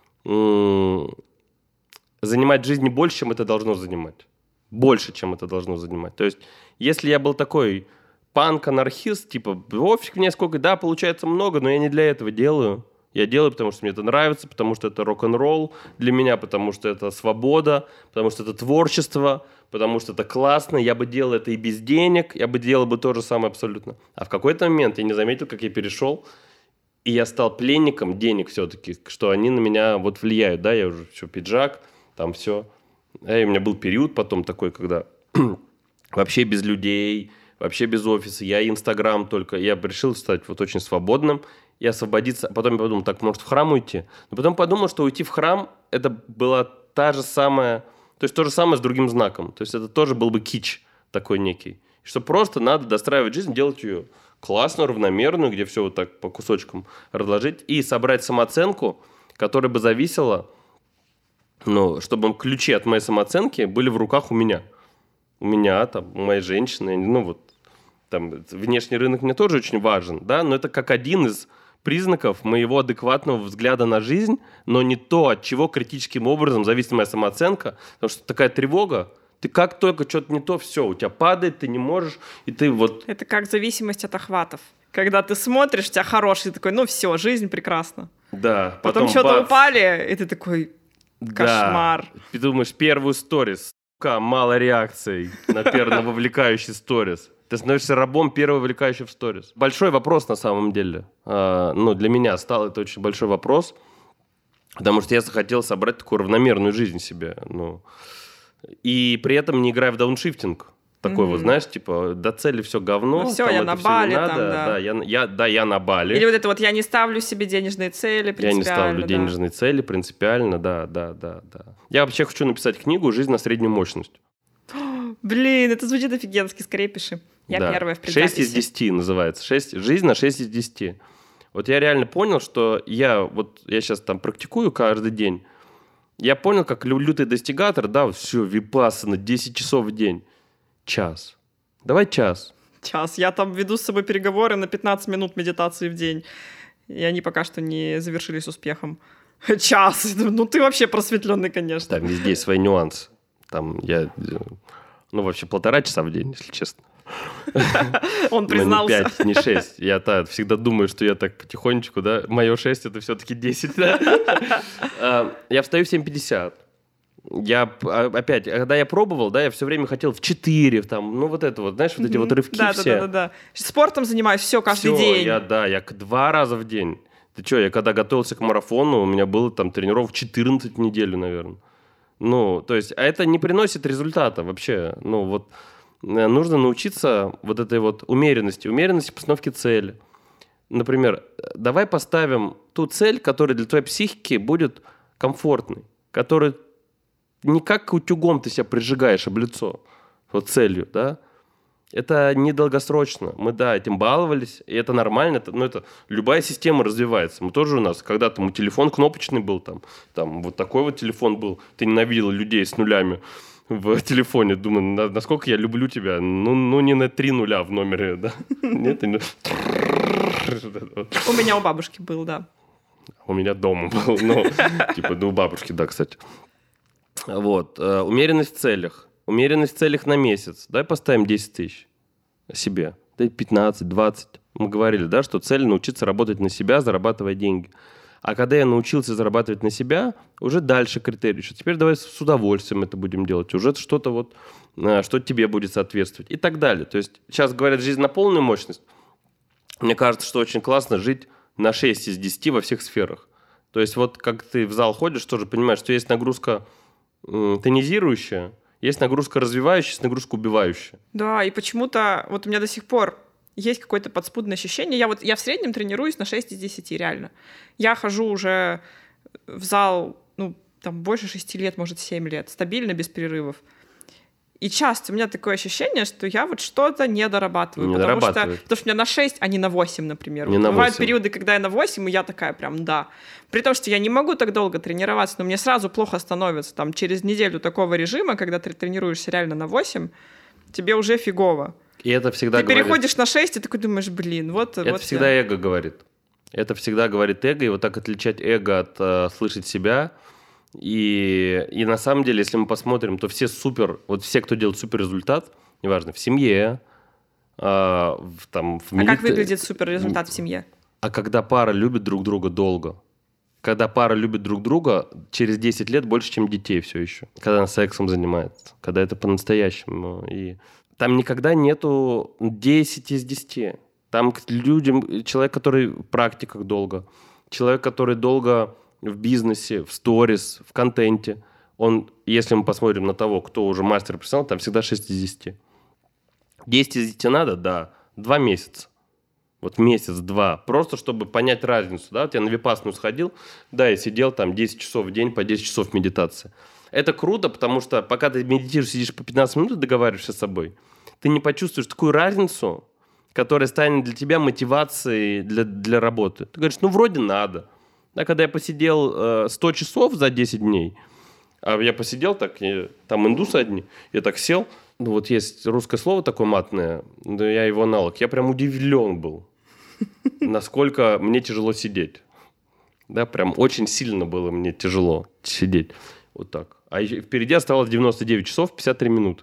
м- занимать жизнь не больше, чем это должно занимать. Больше, чем это должно занимать. То есть если я был такой панк-анархист, типа, офиг мне сколько, да, получается много, но я не для этого делаю. Я делаю, потому что мне это нравится, потому что это рок-н-ролл для меня, потому что это свобода, потому что это творчество, потому что это классно. Я бы делал это и без денег, я бы делал бы то же самое абсолютно. А в какой-то момент я не заметил, как я перешел, и я стал пленником денег все-таки, что они на меня вот влияют. Да, я уже все, пиджак, там все. А и у меня был период потом такой, когда вообще без людей, вообще без офиса, я Инстаграм только. Я решил стать вот очень свободным и освободиться. Потом я подумал, так, может, в храм уйти? Но потом подумал, что уйти в храм, это была та же самая, то есть то же самое с другим знаком. То есть это тоже был бы кич такой некий. Что просто надо достраивать жизнь, делать ее классную, равномерную, где все вот так по кусочкам разложить, и собрать самооценку, которая бы зависела, ну, чтобы ключи от моей самооценки были в руках у меня. У меня, там, у моей женщины, ну, вот, там, внешний рынок мне тоже очень важен, да, но это как один из признаков моего адекватного взгляда на жизнь, но не то, от чего критическим образом зависит моя самооценка, потому что такая тревога, ты как только что-то не то, все, у тебя падает, ты не можешь, и ты вот... Это как зависимость от охватов. Когда ты смотришь, у тебя хороший, такой, ну все, жизнь прекрасна. Да. Потом, потом что-то бац. Упали, и ты такой, кошмар. Да. Ты думаешь, первую сторис, сука, мало реакций на первый вовлекающий сторис. Ты становишься рабом первого вовлекающего в сторис. Большой вопрос на самом деле. А, ну, для меня стал это очень большой вопрос, потому что я захотел собрать такую равномерную жизнь себе. Ну, и при этом не играя в дауншифтинг. Такой mm-hmm. вот, знаешь, типа, до цели все говно. Ну, все, я на Бали, там, да. Да, я, я, да, я на Бали. Или вот это вот, я не ставлю себе денежные цели принципиально. Я не ставлю да. денежные цели принципиально, да, да, да, да. Я вообще хочу написать книгу «Жизнь на среднюю мощность». Блин, это звучит офигенски, скорее пиши. Я да. первая в предзаписи. шесть из десяти называется. шесть, жизнь на шесть из десяти. Вот я реально понял, что я вот я сейчас там практикую каждый день. Я понял, как лю- лютый достигатор, да, вот все, випассана, десять часов в день. Час. Давай час. Час. Я там веду с собой переговоры на пятнадцать минут медитации в день. И они пока что не завершились успехом. Час. Ну ты вообще просветленный, конечно. Там везде есть свои нюансы. Там я... Ну, вообще, полтора часа в день, если честно. Он признался. Но не пять, не шесть. Я так всегда думаю, что я так потихонечку, да, мое шесть это все-таки десять. Да? Я встаю в семь пятьдесят. Я опять, когда я пробовал, да, я все время хотел в четыре, там, ну вот это вот, знаешь, вот эти вот рывки да, все. Да, да, да. Спортом занимаюсь все каждый все, день. Я, да, я два раза в день. Ты что, я когда готовился к марафону, у меня было там тренировок четырнадцать в неделю, наверное. Ну, то есть, а это не приносит результата вообще. Ну, вот нужно научиться вот этой вот умеренности, умеренности постановки цели. Например, давай поставим ту цель, которая для твоей психики будет комфортной, которая не как утюгом ты себя прижигаешь об лицо, вот целью, да, Это недолгосрочно. Мы, да, этим баловались, и это нормально. Это, ну, это любая система развивается. Мы тоже у нас, когда-то мы телефон кнопочный был, там, там вот такой вот телефон был. Ты ненавидел людей с нулями в телефоне. Думаю, насколько я люблю тебя. Ну, ну не на три нуля в номере, да? Нет, у меня у бабушки был, да. У меня дома был, ну, типа, да у бабушки, да, кстати. Вот. Умеренность в целях. Умеренность в целях на месяц. Давай поставим десять тысяч себе. Да пятнадцать, двадцать. Мы говорили, да, что цель научиться работать на себя, зарабатывая деньги. А когда я научился зарабатывать на себя, уже дальше критерий, что теперь давай с удовольствием это будем делать. Уже что-то вот, что тебе будет соответствовать. И так далее. То есть сейчас говорят, жизнь на полную мощность. Мне кажется, что очень классно жить на шесть из десяти во всех сферах. То есть вот как ты в зал ходишь, тоже понимаешь, что есть нагрузка м, тонизирующая, есть нагрузка развивающая, есть нагрузка убивающая. Да, и почему-то вот у меня до сих пор есть какое-то подспудное ощущение. Я вот я в среднем тренируюсь на шесть из десяти, реально. Я хожу уже в зал, ну, там, больше шести лет, может, семь лет, стабильно, без перерывов. И часто у меня такое ощущение, что я вот что-то не дорабатываю. Не потому, что, дорабатывает. потому что у меня на шесть, а не на восемь, например. Не Вот на бывают восемь. периоды, когда я на восемь, и я такая прям, да. При том, что я не могу так долго тренироваться, но мне сразу плохо становится. Там, через неделю такого режима, когда ты тренируешься реально на восемь, тебе уже фигово. И это всегда Ты говорит... переходишь на шесть, и такой думаешь, блин, вот... Это вот всегда я. эго говорит. Это всегда говорит эго, и вот так отличать эго от э, слышать себя. И, и на самом деле, если мы посмотрим, то все супер, вот все, кто делает супер результат, неважно, в семье, э, в, там, в А милит... как выглядит супер результат в семье? А когда пара любит друг друга долго. Когда пара любит друг друга, через десять лет больше, чем детей все еще. Когда она сексом занимается. Когда это по-настоящему. И там никогда нету десять из десяти. Там к людям, человек, который в практиках долго, человек, который долго в бизнесе, в сторис, в контенте, он, если мы посмотрим на того, кто уже мастер-профессионал, там всегда шесть из десяти. десять из десяти надо? Да. Два месяца. Вот месяц-два. Просто чтобы понять разницу. Да? Вот я на випассану сходил, да, я сидел там десять часов в день, по десять часов медитации. Это круто, потому что пока ты медитируешь, сидишь по пятнадцать минут и договариваешься с собой, ты не почувствуешь такую разницу, которая станет для тебя мотивацией для, для работы. Ты говоришь, ну, вроде надо. Да, когда я посидел э, сто часов за десять дней, а я посидел так, и, там индусы одни, я так сел, ну, вот есть русское слово такое матное, да, я его аналог, я прям удивлен был, насколько мне тяжело сидеть. Да, прям очень сильно было мне тяжело сидеть. Вот так. А впереди оставалось девяносто девять часов пятьдесят три минуты.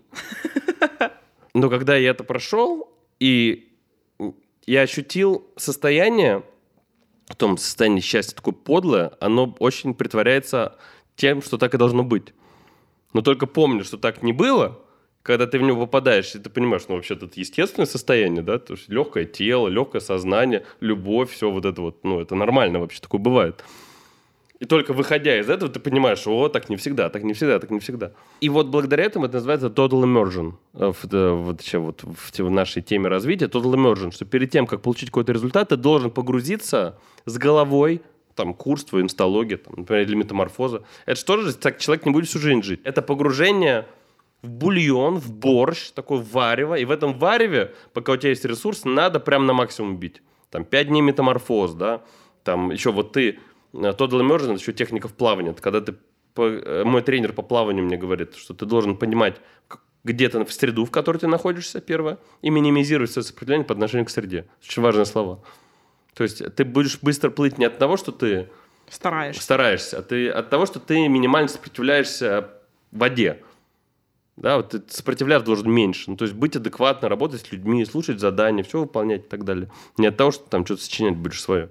Но когда я это прошел, и я ощутил состояние, в том состоянии счастья такое подлое, оно очень притворяется тем, что так и должно быть. Но только помни, что так не было, когда ты в него попадаешь, и ты понимаешь, ну, вообще-то это естественное состояние, да, то есть легкое тело, легкое сознание, любовь, все вот это вот, ну, это нормально вообще, такое бывает. И только выходя из этого, ты понимаешь, о, так не всегда, так не всегда, так не всегда. И вот благодаря этому это называется total immersion в, вот, вот, в, в нашей теме развития, total immersion, что перед тем, как получить какой-то результат, ты должен погрузиться с головой, там, курс твой, инсталогия, там, например, или метаморфоза. Это что же, так человек не будет всю жизнь жить. Это погружение в бульон, в борщ, такое варево, и в этом вареве, пока у тебя есть ресурс, надо прям на максимум бить. Там, пять дней метаморфоз, да, там, еще вот ты... Total immersion – это еще техника в плавании. Это когда ты, мой тренер по плаванию мне говорит, что ты должен понимать, где ты в среду, в которой ты находишься, первое, и минимизировать свое сопротивление по отношению к среде. Очень важные слова. То есть ты будешь быстро плыть не от того, что ты стараешься, стараешься а ты от того, что ты минимально сопротивляешься воде. Да, вот ты сопротивляться должен меньше. Ну, то есть быть адекватно, работать с людьми, слушать задания, все выполнять и так далее. Не от того, что ты там что-то сочинять будешь свое.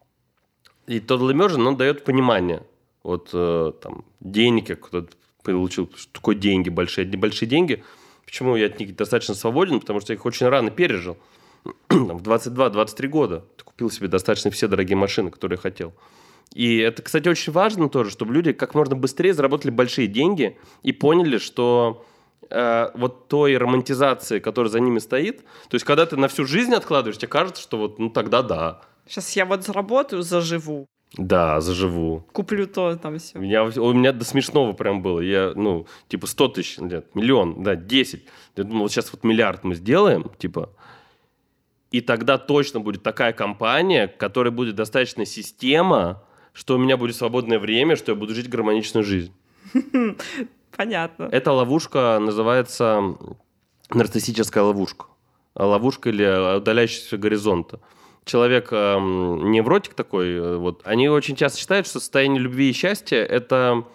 И total immersion, он дает понимание. Вот э, там денег, я кто-то получил, что такое деньги большие. Это небольшие деньги. Почему я от них достаточно свободен? Потому что я их очень рано пережил. Там, в двадцать два - двадцать три года. Ты купил себе достаточно все дорогие машины, которые я хотел. И это, кстати, очень важно тоже, чтобы люди как можно быстрее заработали большие деньги и поняли, что э, вот той романтизации, которая за ними стоит, то есть когда ты на всю жизнь откладываешь, тебе кажется, что вот ну тогда да. Сейчас я вот заработаю, заживу. Да, заживу. Куплю то, там все. У меня, у меня до смешного прям было. Я, ну, типа сто тысяч, нет, миллион, да, десять. Я думал, вот сейчас вот миллиард мы сделаем, типа, и тогда точно будет такая компания, которая будет достаточно система, что у меня будет свободное время, что я буду жить гармоничную жизнь. Понятно. Эта ловушка называется нарциссическая ловушка. Ловушка или удаляющийся горизонта. Человек, э, невротик такой, вот, они очень часто считают, что состояние любви и счастья – это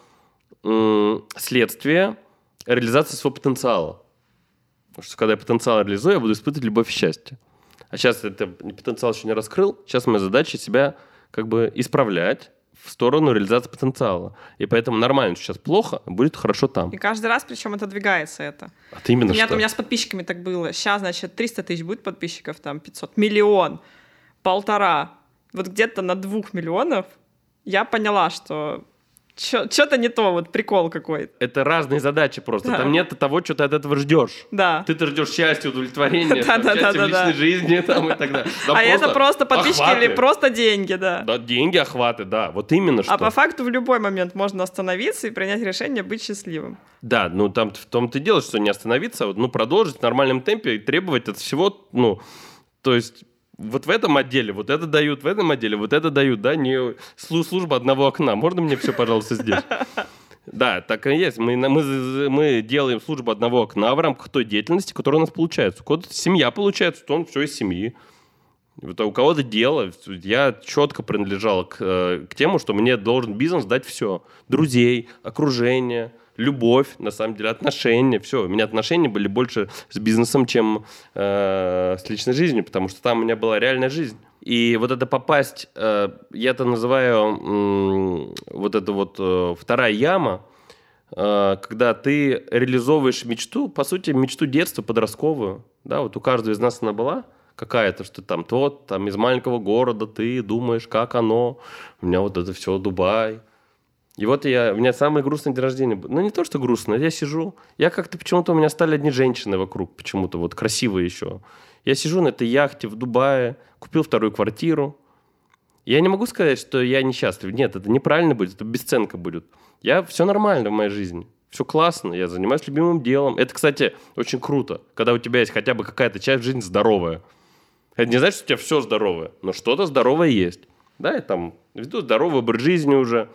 э, следствие реализации своего потенциала. Потому что когда я потенциал реализую, я буду испытывать любовь и счастье. А сейчас это потенциал еще не раскрыл, сейчас моя задача себя как бы исправлять в сторону реализации потенциала. И поэтому нормально, что сейчас плохо, будет хорошо там. И каждый раз, причем отодвигается это. А ты именно у меня, что? У меня с подписчиками так было. Сейчас, значит, триста тысяч будет подписчиков, там пятьсот, миллион, полтора. Вот где-то на двух миллионов я поняла, что что-то не то, вот прикол какой-то. Это разные задачи просто. Да. Там нет того, что ты от этого ждешь. Да. Ты-то ждешь счастья, удовлетворения, Да, да, счастья да, в да, личной да. жизни там, и так далее. Там А это просто подписчики охваты. или просто деньги, да. Да, деньги, охваты, да. Вот именно что. А по факту в любой момент можно остановиться и принять решение быть счастливым. Да, ну там в том-то и дело, что не остановиться, а вот, ну продолжить в нормальном темпе и требовать от всего, ну, то есть вот в этом отделе вот это дают, в этом отделе вот это дают, да, не служба одного окна. Можно мне все, пожалуйста, здесь? Да, так и есть. Мы, мы, мы делаем службу одного окна в рамках той деятельности, которая у нас получается. У кого-то семья получается, то он все из семьи. Вот, а у кого-то дело. Я четко принадлежал к, к тему, что мне должен бизнес дать все. Друзей, окружение, любовь, на самом деле, отношения. Все. У меня отношения были больше с бизнесом, чем э, с личной жизнью, потому что там у меня была реальная жизнь. И вот это попасть, э, я это называю э, вот это вот э, вторая яма, э, когда ты реализовываешь мечту, по сути, мечту детства подростковую. Да, вот у каждого из нас она была какая-то, что там тот, там из маленького города ты думаешь, как оно, у меня вот это все Дубай. И вот я, у меня самый грустный день рождения был. Ну, не то, что грустно, я сижу, я как-то почему-то, у меня стали одни женщины вокруг, почему-то вот красивые еще. Я сижу на этой яхте в Дубае, купил вторую квартиру. Я не могу сказать, что я несчастлив. Нет, это неправильно будет, это бесценка будет. Я, все нормально в моей жизни, все классно, я занимаюсь любимым делом. Это, кстати, очень круто, когда у тебя есть хотя бы какая-то часть жизни здоровая. Это не значит, что у тебя все здоровое, но что-то здоровое есть. Да, я там веду здоровый образ жизни уже.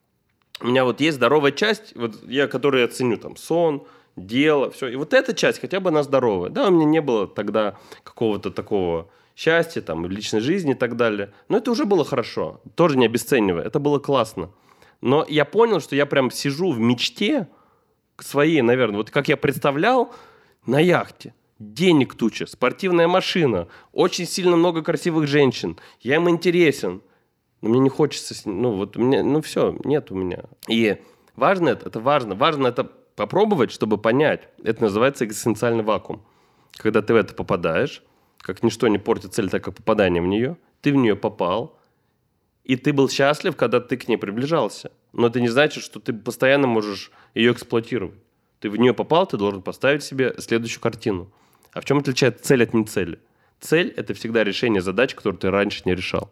У меня вот есть здоровая часть, вот я, которую я ценю, там, сон, дело, все. И вот эта часть хотя бы она здоровая. Да, у меня не было тогда какого-то такого счастья, там, личной жизни и так далее. Но это уже было хорошо, тоже не обесценивая. Это было классно. Но я понял, что я прям сижу в мечте своей, наверное, вот как я представлял, на яхте. Денег туча, спортивная машина, очень сильно много красивых женщин. Я им интересен. Но мне не хочется, ну вот, мне, ну все, нет у меня. И важно это, это важно. Важно это попробовать, чтобы понять. Это называется экзистенциальный вакуум. Когда ты в это попадаешь, как ничто не портит цель, так как попадание в нее, ты в нее попал, и ты был счастлив, когда ты к ней приближался. Но это не значит, что ты постоянно можешь ее эксплуатировать. Ты в нее попал, ты должен поставить себе следующую картину. А в чем отличается цель от не цели? Цель – это всегда решение задач, которые ты раньше не решал.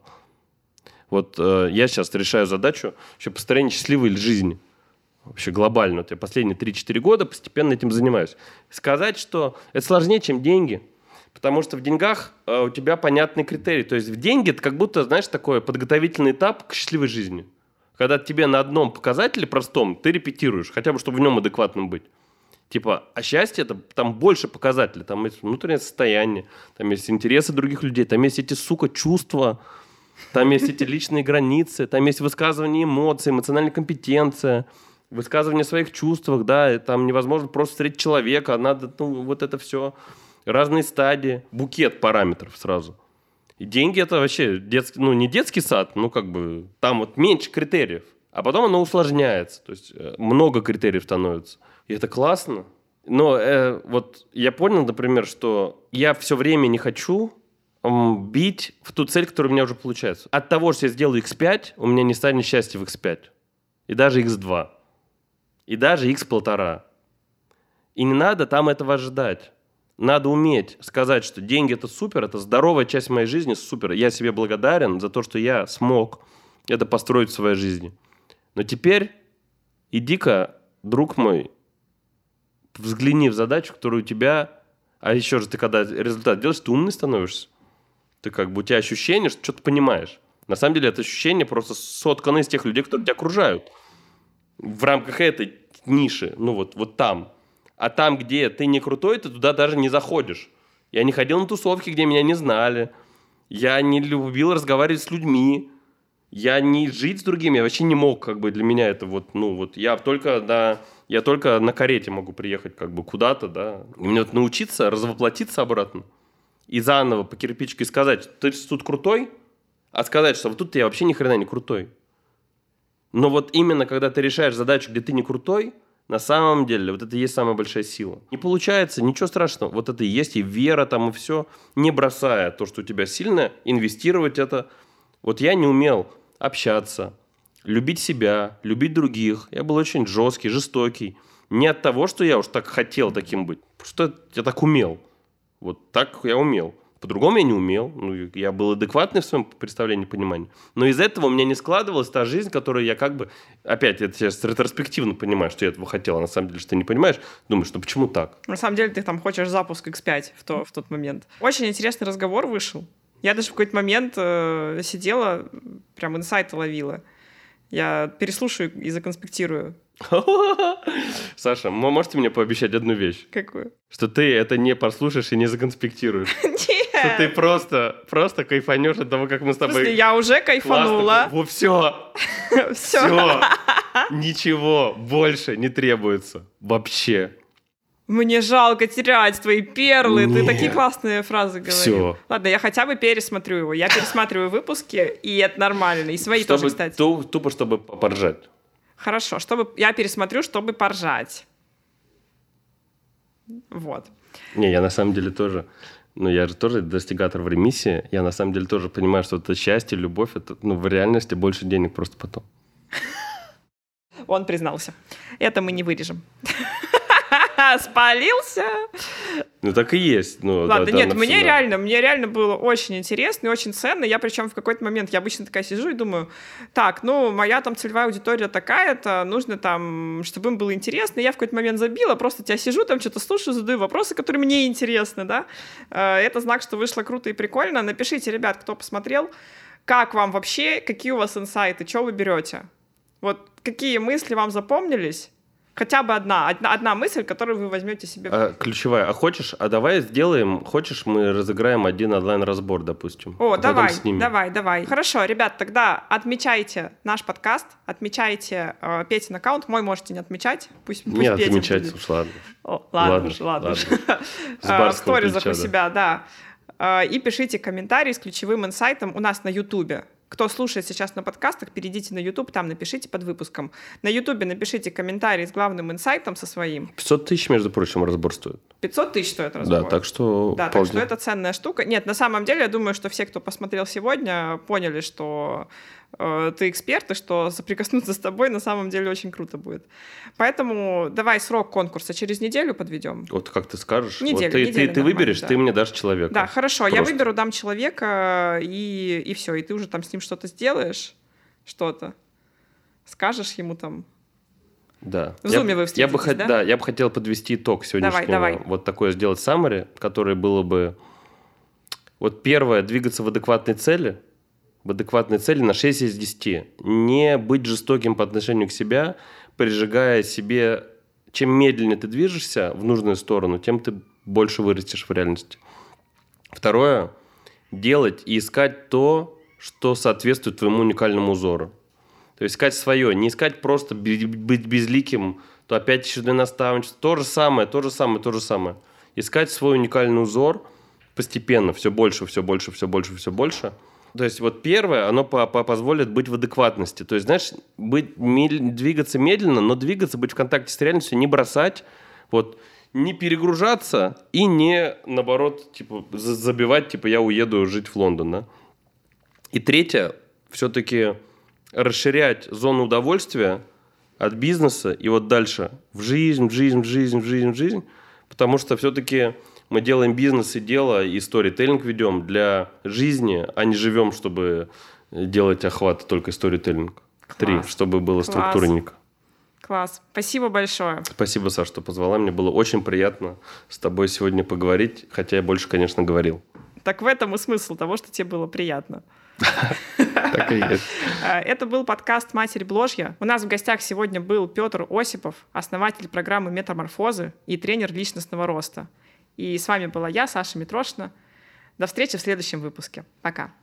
Вот э, я сейчас решаю задачу вообще построения счастливой жизни. Вообще глобально. Вот я последние три-четыре года постепенно этим занимаюсь. Сказать, что это сложнее, чем деньги. Потому что в деньгах э, у тебя понятный критерий. То есть в деньги это как будто, знаешь, такой подготовительный этап к счастливой жизни. Когда тебе на одном показателе простом ты репетируешь, хотя бы чтобы в нем адекватным быть. Типа, а счастье это там больше показателей. Там есть внутреннее состояние, там есть интересы других людей, там есть эти, сука, чувства, там есть эти личные границы, там есть высказывание эмоций, эмоциональная компетенция, высказывание о своих чувствах, да, и там невозможно просто встретить человека, надо, ну, вот это все, разные стадии, букет параметров сразу. И деньги это вообще детский, ну, не детский сад, ну, как бы, там вот меньше критериев, а потом оно усложняется, то есть много критериев становится. И это классно. Но э, вот я понял, например, что я все время не хочу эм, бить в ту цель, которая у меня уже получается. От того, что я сделаю икс пять, у меня не станет счастья в икс пять. И даже икс два. И даже икс один. И не надо там этого ожидать. Надо уметь сказать, что деньги – это супер, это здоровая часть моей жизни, супер. Я себе благодарен за то, что я смог это построить в своей жизни. Но теперь иди-ка, друг мой, взгляни в задачу, которую у тебя... А еще же ты, когда результат делаешь, ты умный становишься. Ты как бы, у тебя ощущение, что что-то понимаешь. На самом деле это ощущение просто соткано из тех людей, которые тебя окружают. В рамках этой ниши, ну вот, вот там. А там, где ты не крутой, ты туда даже не заходишь. Я не ходил на тусовки, где меня не знали. Я не любил разговаривать с людьми. Я не жить с другими, я вообще не мог, как бы, для меня это вот, ну вот, я только на, я только на карете могу приехать, как бы, куда-то, да. И мне вот научиться развоплотиться обратно и заново по кирпичику сказать, ты тут крутой, а сказать, что вот тут я вообще ни хрена не крутой. Но вот именно, когда ты решаешь задачу, где ты не крутой, на самом деле, вот это и есть самая большая сила. Не получается, ничего страшного. Вот это и есть, и вера там, и все. Не бросая то, что у тебя сильное, инвестировать это. Вот я не умел общаться, любить себя, любить других. Я был очень жесткий, жестокий. Не от того, что я уж так хотел таким быть, потому что я так умел. Вот так я умел. По-другому я не умел. Ну, я был адекватный в своем представлении, понимании. Но из этого у меня не складывалась та жизнь, которую я как бы... Опять, я сейчас ретроспективно понимаю, что я этого хотел. А на самом деле, что ты не понимаешь, думаешь, ну почему так? На самом деле, ты там хочешь запуск икс пять в, то, в тот момент. Очень интересный разговор вышел. Я даже в какой-то момент э, сидела, прям инсайты ловила. Я переслушаю и законспектирую. Саша, вы можете мне пообещать одну вещь? Какую? Что ты это не послушаешь и не законспектируешь. Нет. Что ты просто, просто кайфанешь от того, как мы с тобой... В смысле, я уже кайфанула. Во, все. Все. Все. Ничего больше не требуется. Вообще. Мне жалко терять твои перлы. Нет. Ты такие классные фразы говоришь. Всё. Ладно, я хотя бы пересмотрю его. Я пересматриваю выпуски, и это нормально. И свои Чтобы, тоже, кстати. ту- тупо, чтобы поржать. Хорошо, чтобы я пересмотрю, чтобы поржать. Вот. Не, я на самом деле тоже... Ну, я же тоже достигатор в ремиссии. Я на самом деле тоже понимаю, что это счастье, любовь, это, ну, в реальности больше денег просто потом. Он признался. Это мы не вырежем. Спалился. Ну, так и есть. Ну, Ладно, да, нет, да, мне навсегда. реально, мне реально было очень интересно и очень ценно. Я причем в какой-то момент, я обычно такая сижу и думаю, так, ну, моя там целевая аудитория такая-то, нужно там, чтобы им было интересно. И я в какой-то момент забила, просто тебя сижу, там что-то слушаю, задаю вопросы, которые мне интересны, да. Это знак, что вышло круто и прикольно. Напишите, ребят, кто посмотрел, как вам вообще, какие у вас инсайты, что вы берете? Вот какие мысли вам запомнились? Хотя бы одна, одна, одна мысль, которую вы возьмете себе. А, ключевая. А хочешь, а давай сделаем, хочешь, мы разыграем один онлайн-разбор, допустим. О, а давай, снимем. давай, давай. Хорошо, ребят, тогда отмечайте наш подкаст, отмечайте э, Петин аккаунт, мой можете не отмечать, пусть, пусть Нет, Петя отмечайте, будет. уж ладно. О, ладно, Ладно, уж, ладно. ладно. уж. С Э, В барского сторизах плеча, у да. себя, да. Э, И пишите комментарии с ключевым инсайтом у нас на Ютубе. Кто слушает сейчас на подкастах, перейдите на YouTube, там напишите под выпуском. На Ютубе напишите комментарий с главным инсайтом со своим. пятьсот тысяч, между прочим, разбор стоит. пятьсот тысяч стоит разбор. Да, так что... Да, вполне. так что это ценная штука. Нет, на самом деле, я думаю, что все, кто посмотрел сегодня, поняли, что э, ты эксперт, и что соприкоснуться с тобой на самом деле очень круто будет. Поэтому давай срок конкурса через неделю подведем. Вот как ты скажешь. Неделю, вот ты, неделю ты, ты нормально, выберешь, да. ты мне дашь человека. Да, хорошо, я Просто. выберу, дам человека, и, и все, и ты уже там с ним что-то сделаешь, что-то. Скажешь ему там... Да. В Zoom я, вы я бы, встретитесь, хот- да? да? Я бы хотел подвести итог сегодняшнего. Давай, давай. Вот такое сделать summary, которое было бы... Вот первое, двигаться в адекватной цели. В адекватной цели на шесть из десяти. Не быть жестоким по отношению к себе, прижигая себе... Чем медленнее ты движешься в нужную сторону, тем ты больше вырастешь в реальности. Второе, делать и искать то, что соответствует твоему уникальному узору. То есть искать свое, не искать просто быть безликим, то опять очередное наставничество. То же самое, то же самое, то же самое. Искать свой уникальный узор постепенно, все больше, все больше, все больше, все больше. То есть вот первое, оно по- по- позволит быть в адекватности. То есть, знаешь, быть, мед- двигаться медленно, но двигаться, быть в контакте с реальностью, не бросать, вот, не перегружаться и не, наоборот, типа, за- забивать, типа, я уеду жить в Лондон, да. И третье, все-таки расширять зону удовольствия от бизнеса и вот дальше в жизнь, в жизнь, в жизнь, в жизнь, в жизнь, потому что все-таки мы делаем бизнес и дело, и сторителлинг ведем для жизни, а не живем, чтобы делать охват только сторителлинг. Три, Класс. чтобы было Класс. структурненько. Класс. Спасибо большое. Спасибо, Саш, что позвала. Мне было очень приятно с тобой сегодня поговорить, хотя я больше, конечно, говорил. Так в этом и смысл того, что тебе было приятно. Так и есть. Это был подкаст «Матерь Бложья». У нас в гостях сегодня был Петр Осипов, основатель программы «Метаморфозы» и тренер личностного роста. И с вами была я, Саша Митрошина. До встречи в следующем выпуске. Пока.